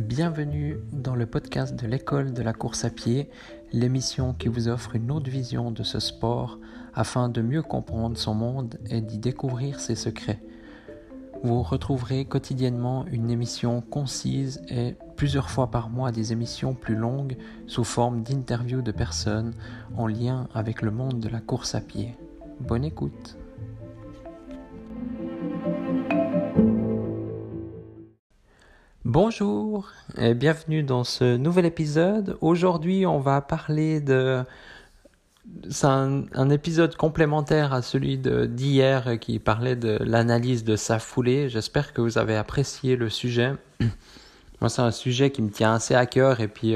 Bienvenue dans le podcast de l'école de la course à pied, l'émission qui vous offre une autre vision de ce sport afin de mieux comprendre son monde et d'y découvrir ses secrets. Vous retrouverez quotidiennement une émission concise et plusieurs fois par mois des émissions plus longues sous forme d'interviews de personnes en lien avec le monde de la course à pied. Bonne écoute! Bonjour et bienvenue dans ce nouvel épisode. Aujourd'hui, on va parler c'est un épisode complémentaire à celui d'hier qui parlait de l'analyse de sa foulée. J'espère que vous avez apprécié le sujet. Moi, c'est un sujet qui me tient assez à cœur et puis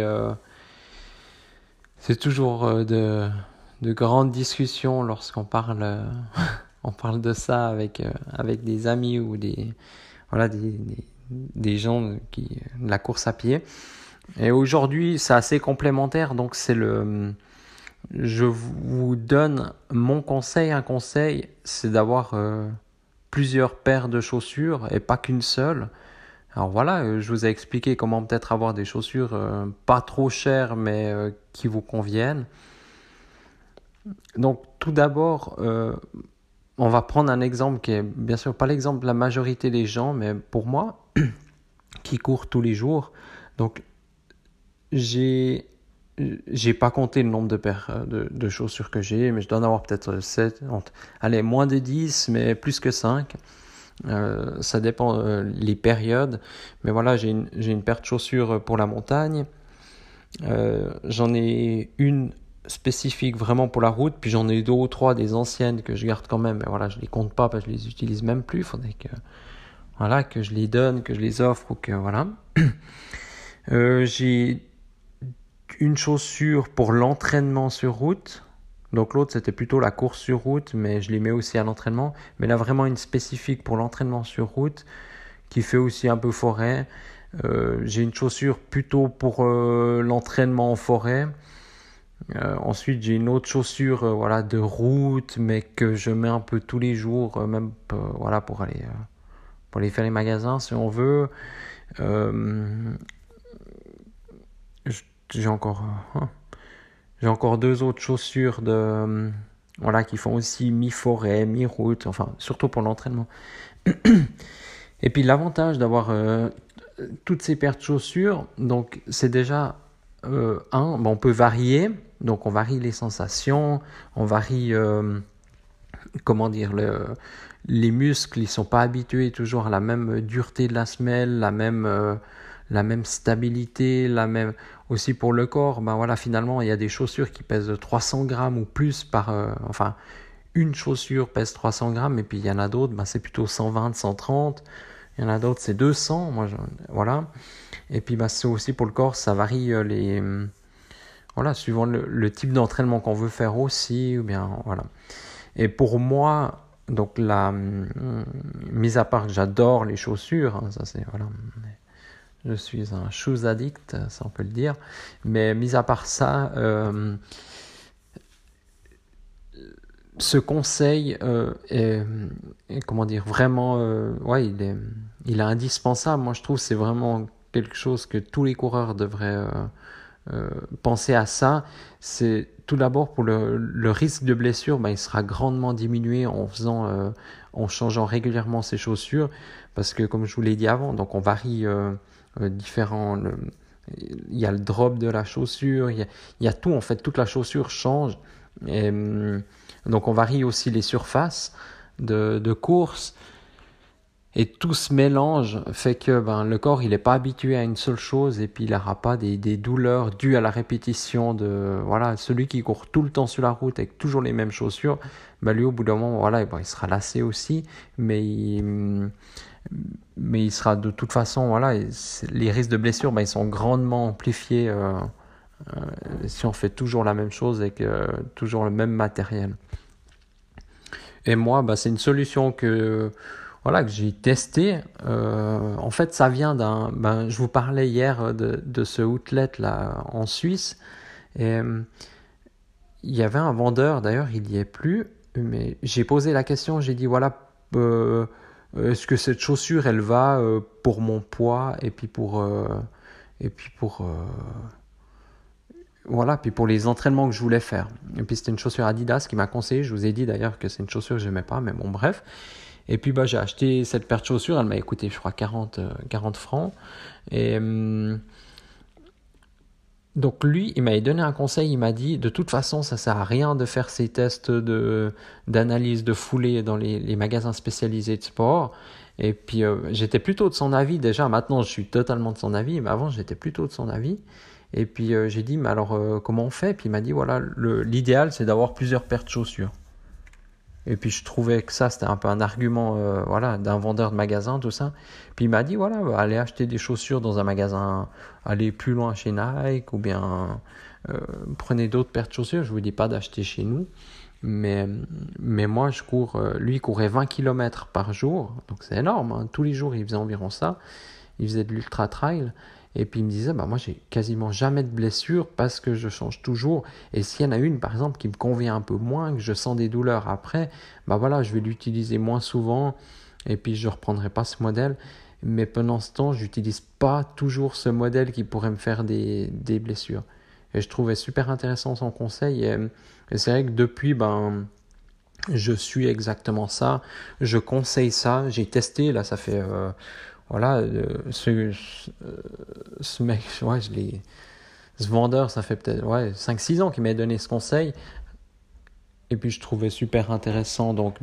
c'est toujours de grandes discussions lorsqu'on parle, on parle de ça avec des amis ou des gens de la course à pied. Et aujourd'hui, c'est assez complémentaire, donc je vous donne mon conseil. Un conseil, c'est d'avoir plusieurs paires de chaussures et pas qu'une seule. Alors voilà, je vous ai expliqué comment peut-être avoir des chaussures pas trop chères, mais qui vous conviennent. Donc tout d'abord, on va prendre un exemple qui est bien sûr pas l'exemple de la majorité des gens, mais pour moi, qui court tous les jours. Donc, j'ai pas compté le nombre de paires de chaussures que j'ai, mais je dois en avoir peut-être 7, allez, moins de 10, mais plus que 5. Ça dépend les périodes. Mais voilà, j'ai une paire de chaussures pour la montagne. J'en ai une spécifique vraiment pour la route, puis j'en ai 2 ou 3 des anciennes que je garde quand même, mais voilà, je les compte pas parce que je les utilise même plus. Il faudrait que je les donne, que je les offre ou que voilà. J'ai une chaussure pour l'entraînement sur route, donc l'autre c'était plutôt la course sur route, mais je les mets aussi à l'entraînement, mais là vraiment une spécifique pour l'entraînement sur route qui fait aussi un peu forêt. J'ai une chaussure plutôt pour l'entraînement en forêt. Ensuite, j'ai une autre chaussure de route, mais que je mets un peu tous les jours, même pour aller faire les magasins si on veut. J'ai encore 2 autres chaussures qui font aussi mi-forêt, mi-route, enfin surtout pour l'entraînement. Et puis l'avantage d'avoir toutes ces paires de chaussures, donc c'est déjà on peut varier. Donc on varie les sensations, on varie les muscles, ils sont pas habitués toujours à la même dureté de la semelle, la même stabilité, aussi pour le corps. Finalement il y a des chaussures qui pèsent 300 grammes ou plus une chaussure pèse 300 grammes et puis il y en a d'autres, c'est plutôt 120, 130. Il y en a d'autres, c'est 200. Et puis c'est aussi pour le corps, ça varie suivant le type d'entraînement qu'on veut faire aussi, ou bien voilà. Et pour moi, donc mis à part que j'adore les chaussures, ça c'est voilà, je suis un shoes addict, ça on peut le dire. Mais mis à part ça, ce conseil est vraiment, il est indispensable. Moi je trouve que c'est vraiment quelque chose que tous les coureurs devraient penser à ça. C'est tout d'abord pour le risque de blessure, il sera grandement diminué en changeant régulièrement ses chaussures, parce que comme je vous l'ai dit avant, donc on varie différents. Il y a le drop de la chaussure, il y a tout en fait, toute la chaussure change. Et donc on varie aussi les surfaces de course. Et tout ce mélange fait que le corps il n'est pas habitué à une seule chose et puis il n'aura pas des douleurs dues à la répétition celui qui court tout le temps sur la route avec toujours les mêmes chaussures, lui au bout d'un moment il sera lassé aussi, mais il sera de toute façon les risques de blessure ils sont grandement amplifiés si on fait toujours la même chose avec toujours le même matériel. Et moi c'est une solution que j'ai testé. En fait, ça vient je vous parlais hier de ce outlet là en Suisse. Et il y avait un vendeur, d'ailleurs, il n'y est plus. Mais j'ai posé la question, j'ai dit est-ce que cette chaussure, elle va pour mon poids et puis pour Et puis voilà, puis pour les entraînements que je voulais faire. Et puis c'était une chaussure Adidas qui m'a conseillé. Je vous ai dit d'ailleurs que c'est une chaussure que je n'aimais pas, mais bon, bref. Et puis j'ai acheté cette paire de chaussures. Elle m'a coûté, je crois, 40 francs. Et donc lui, il m'avait donné un conseil. Il m'a dit, de toute façon, ça sert à rien de faire ces tests d'analyse de foulée dans les magasins spécialisés de sport. Et puis j'étais plutôt de son avis déjà. Maintenant, je suis totalement de son avis, mais avant, j'étais plutôt de son avis. Et puis j'ai dit, mais alors comment on fait? Puis il m'a dit, voilà, l'idéal c'est d'avoir plusieurs paires de chaussures. Et puis je trouvais que ça c'était un peu un argument voilà, d'un vendeur de magasin, tout ça. Puis il m'a dit, voilà, allez acheter des chaussures dans un magasin, allez plus loin chez Nike, ou bien prenez d'autres paires de chaussures. Je ne vous dis pas d'acheter chez nous. Mais moi je cours, lui il courait 20 km par jour, donc c'est énorme, hein. Tous les jours il faisait environ ça. Il faisait de l'ultra trail. Et puis il me disait, moi j'ai quasiment jamais de blessures parce que je change toujours. Et s'il y en a une par exemple qui me convient un peu moins, que je sens des douleurs après, voilà, je vais l'utiliser moins souvent et puis je ne reprendrai pas ce modèle. Mais pendant ce temps, je n'utilise pas toujours ce modèle qui pourrait me faire des blessures. Et je trouvais super intéressant son conseil. Et c'est vrai que depuis, je suis exactement ça. Je conseille ça. J'ai testé, là ça fait... voilà, ce mec, ouais, ce vendeur, ça fait peut-être 5-6 ans qu'il m'a donné ce conseil. Et puis je trouvais super intéressant donc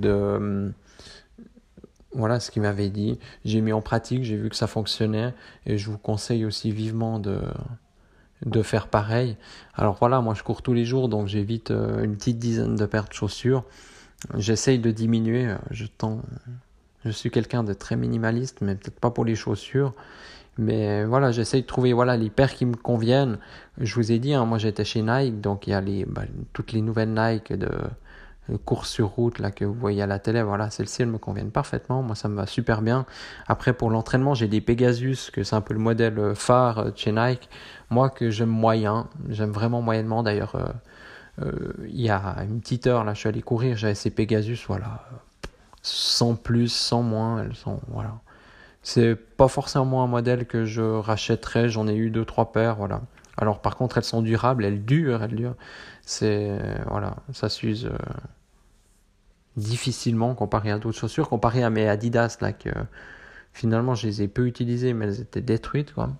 voilà ce qu'il m'avait dit. J'ai mis en pratique, j'ai vu que ça fonctionnait. Et je vous conseille aussi vivement de faire pareil. Alors voilà, moi je cours tous les jours, donc j'évite une petite dizaine de paires de chaussures. J'essaye de diminuer, je suis quelqu'un de très minimaliste, mais peut-être pas pour les chaussures. Mais voilà, j'essaye de trouver les paires qui me conviennent. Je vous ai dit, hein, moi j'étais chez Nike, donc il y a toutes les nouvelles Nike de course sur route là, que vous voyez à la télé. Voilà, celles-ci elles me conviennent parfaitement. Moi ça me va super bien. Après pour l'entraînement, j'ai des Pegasus, que c'est un peu le modèle phare de chez Nike. Moi que j'aime moyen, j'aime vraiment moyennement. D'ailleurs, il y a une petite heure là, je suis allé courir, j'avais ces Pegasus, voilà. Sans plus, sans moins, elles sont, voilà. C'est pas forcément un modèle que je rachèterais, j'en ai eu 2-3 paires, voilà. Alors par contre, elles sont durables, elles durent. C'est, voilà, ça s'use difficilement comparé à d'autres chaussures, comparé à mes Adidas, là, que finalement je les ai peu utilisées, mais elles étaient détruites, quoi.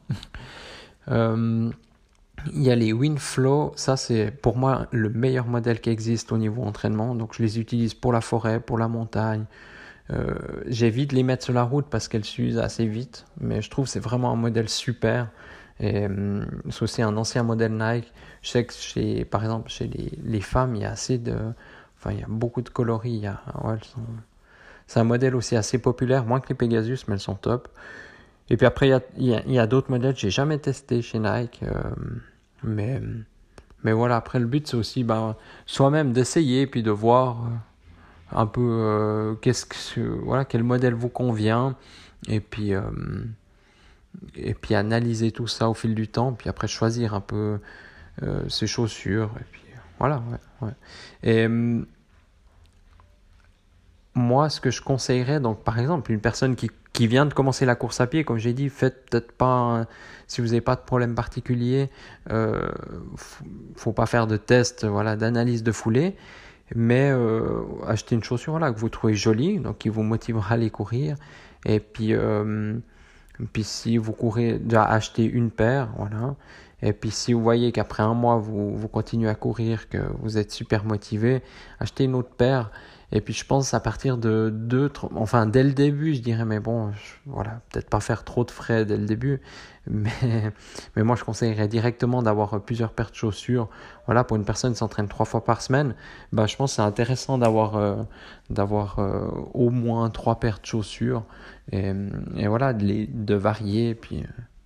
Il y a les Winflow, ça c'est pour moi le meilleur modèle qui existe au niveau entraînement, donc je les utilise pour la forêt, pour la montagne. J'évite de les mettre sur la route parce qu'elles s'usent assez vite, mais je trouve que c'est vraiment un modèle super. Et c'est aussi un ancien modèle Nike. Je sais que par exemple chez les femmes, il y a il y a beaucoup de coloris. C'est un modèle aussi assez populaire, moins que les Pegasus, mais elles sont top. Et puis après, il y a d'autres modèles que j'ai jamais testé chez Nike, mais voilà. Après, le but c'est aussi soi-même d'essayer puis de voir un peu quel modèle vous convient, et puis analyser tout ça au fil du temps, puis après choisir un peu ses chaussures, et puis voilà, ouais. Et moi, ce que je conseillerais, donc par exemple, une personne qui vient de commencer la course à pied, comme j'ai dit, faites peut-être pas, si vous n'avez pas de problème particulier, faut pas faire de test, d'analyse de foulée, mais achetez une chaussure que vous trouvez jolie, donc qui vous motivera à aller courir. Et puis si vous courez, déjà achetez une paire, voilà. Et puis si vous voyez qu'après un mois vous continuez à courir, que vous êtes super motivé, achetez une autre paire. Et puis je pense à partir de dès le début, je dirais, mais bon, peut-être pas faire trop de frais dès le début, mais moi je conseillerais directement d'avoir plusieurs paires de chaussures. Voilà, pour une personne qui s'entraîne 3 fois par semaine, je pense que c'est intéressant d'avoir au moins 3 paires de chaussures, et voilà, de varier, puis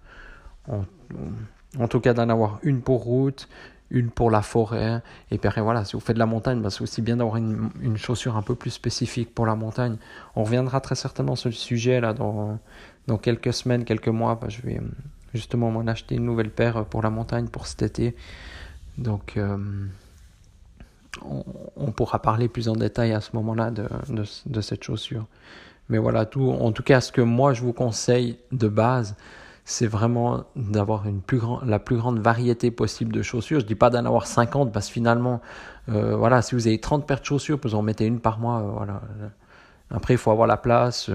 en tout cas d'en avoir une pour route, une pour la forêt, et puis voilà, si vous faites de la montagne, c'est aussi bien d'avoir une chaussure un peu plus spécifique pour la montagne. On reviendra très certainement sur le sujet là dans quelques semaines, quelques mois. Je vais justement m'en acheter une nouvelle paire pour la montagne pour cet été, donc on pourra parler plus en détail à ce moment-là de cette chaussure. Mais voilà, en tout cas, ce que moi je vous conseille de base, c'est vraiment d'avoir la plus grande variété possible de chaussures. Je dis pas d'en avoir 50 parce que finalement, voilà, si vous avez 30 paires de chaussures, vous en mettez une par mois, voilà. Après, il faut avoir la place.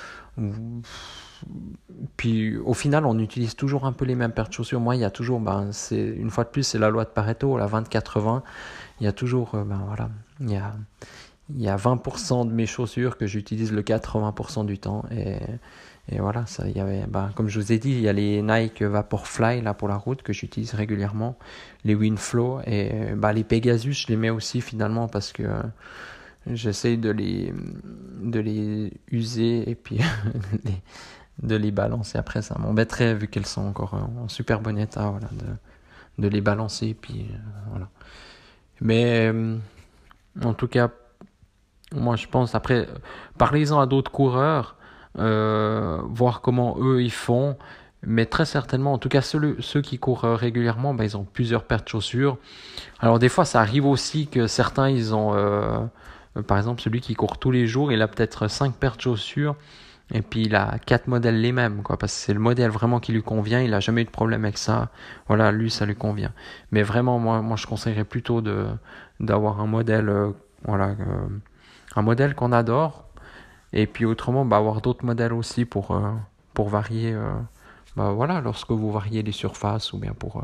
Puis au final, on utilise toujours un peu les mêmes paires de chaussures. Moi, il y a toujours, une fois de plus, c'est la loi de Pareto, la 20-80. Il y a toujours, voilà, il y a 20% de mes chaussures que j'utilise le 80% du temps. Et voilà, ça, il y avait, comme je vous ai dit, il y a les Nike Vaporfly là, pour la route que j'utilise régulièrement, les Winflow et les Pegasus, je les mets aussi finalement parce que j'essaye de les user et puis de les balancer. Après, ça m'embêterait vu qu'elles sont encore en super bon état, voilà, de les balancer. Puis voilà. Mais en tout cas, moi je pense, après, parlez-en à d'autres coureurs, voir comment eux ils font. Mais très certainement, en tout cas ceux qui courent régulièrement, ils ont plusieurs paires de chaussures. Alors des fois, ça arrive aussi que certains, ils ont, par exemple, celui qui court tous les jours, il a peut-être 5 paires de chaussures. Et puis il a 4 modèles les mêmes, quoi, parce que c'est le modèle vraiment qui lui convient. Il a jamais eu de problème avec ça. Voilà, lui, ça lui convient. Mais vraiment, moi, je conseillerais plutôt d'avoir un modèle, un modèle qu'on adore. Et puis autrement, avoir d'autres modèles aussi pour varier. Voilà, lorsque vous variez les surfaces ou bien pour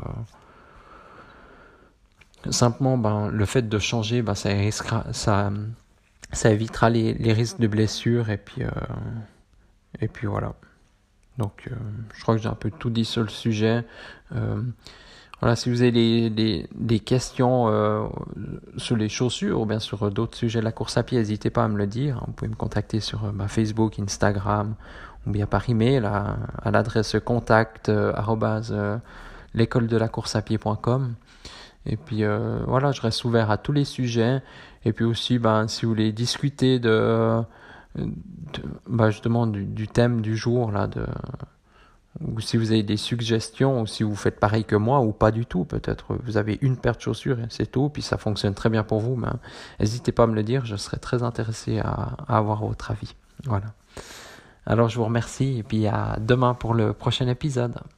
simplement, le fait de changer, ça évitera les risques de blessures et puis voilà. Donc je crois que j'ai un peu tout dit sur le sujet. Voilà, si vous avez des questions sur les chaussures ou bien sur d'autres sujets de la course à pied, n'hésitez pas à me le dire. Vous pouvez me contacter sur Facebook, Instagram ou bien par email à l'adresse contact @l'écoledelacourseapied.com. Et puis voilà, je reste ouvert à tous les sujets. Et puis aussi, si vous voulez discuter justement du thème du jour là, ou si vous avez des suggestions, ou si vous faites pareil que moi, ou pas du tout, peut-être vous avez une paire de chaussures et c'est tout, puis ça fonctionne très bien pour vous, n'hésitez pas à me le dire, je serais très intéressé à avoir votre avis. Voilà. Alors je vous remercie et puis à demain pour le prochain épisode.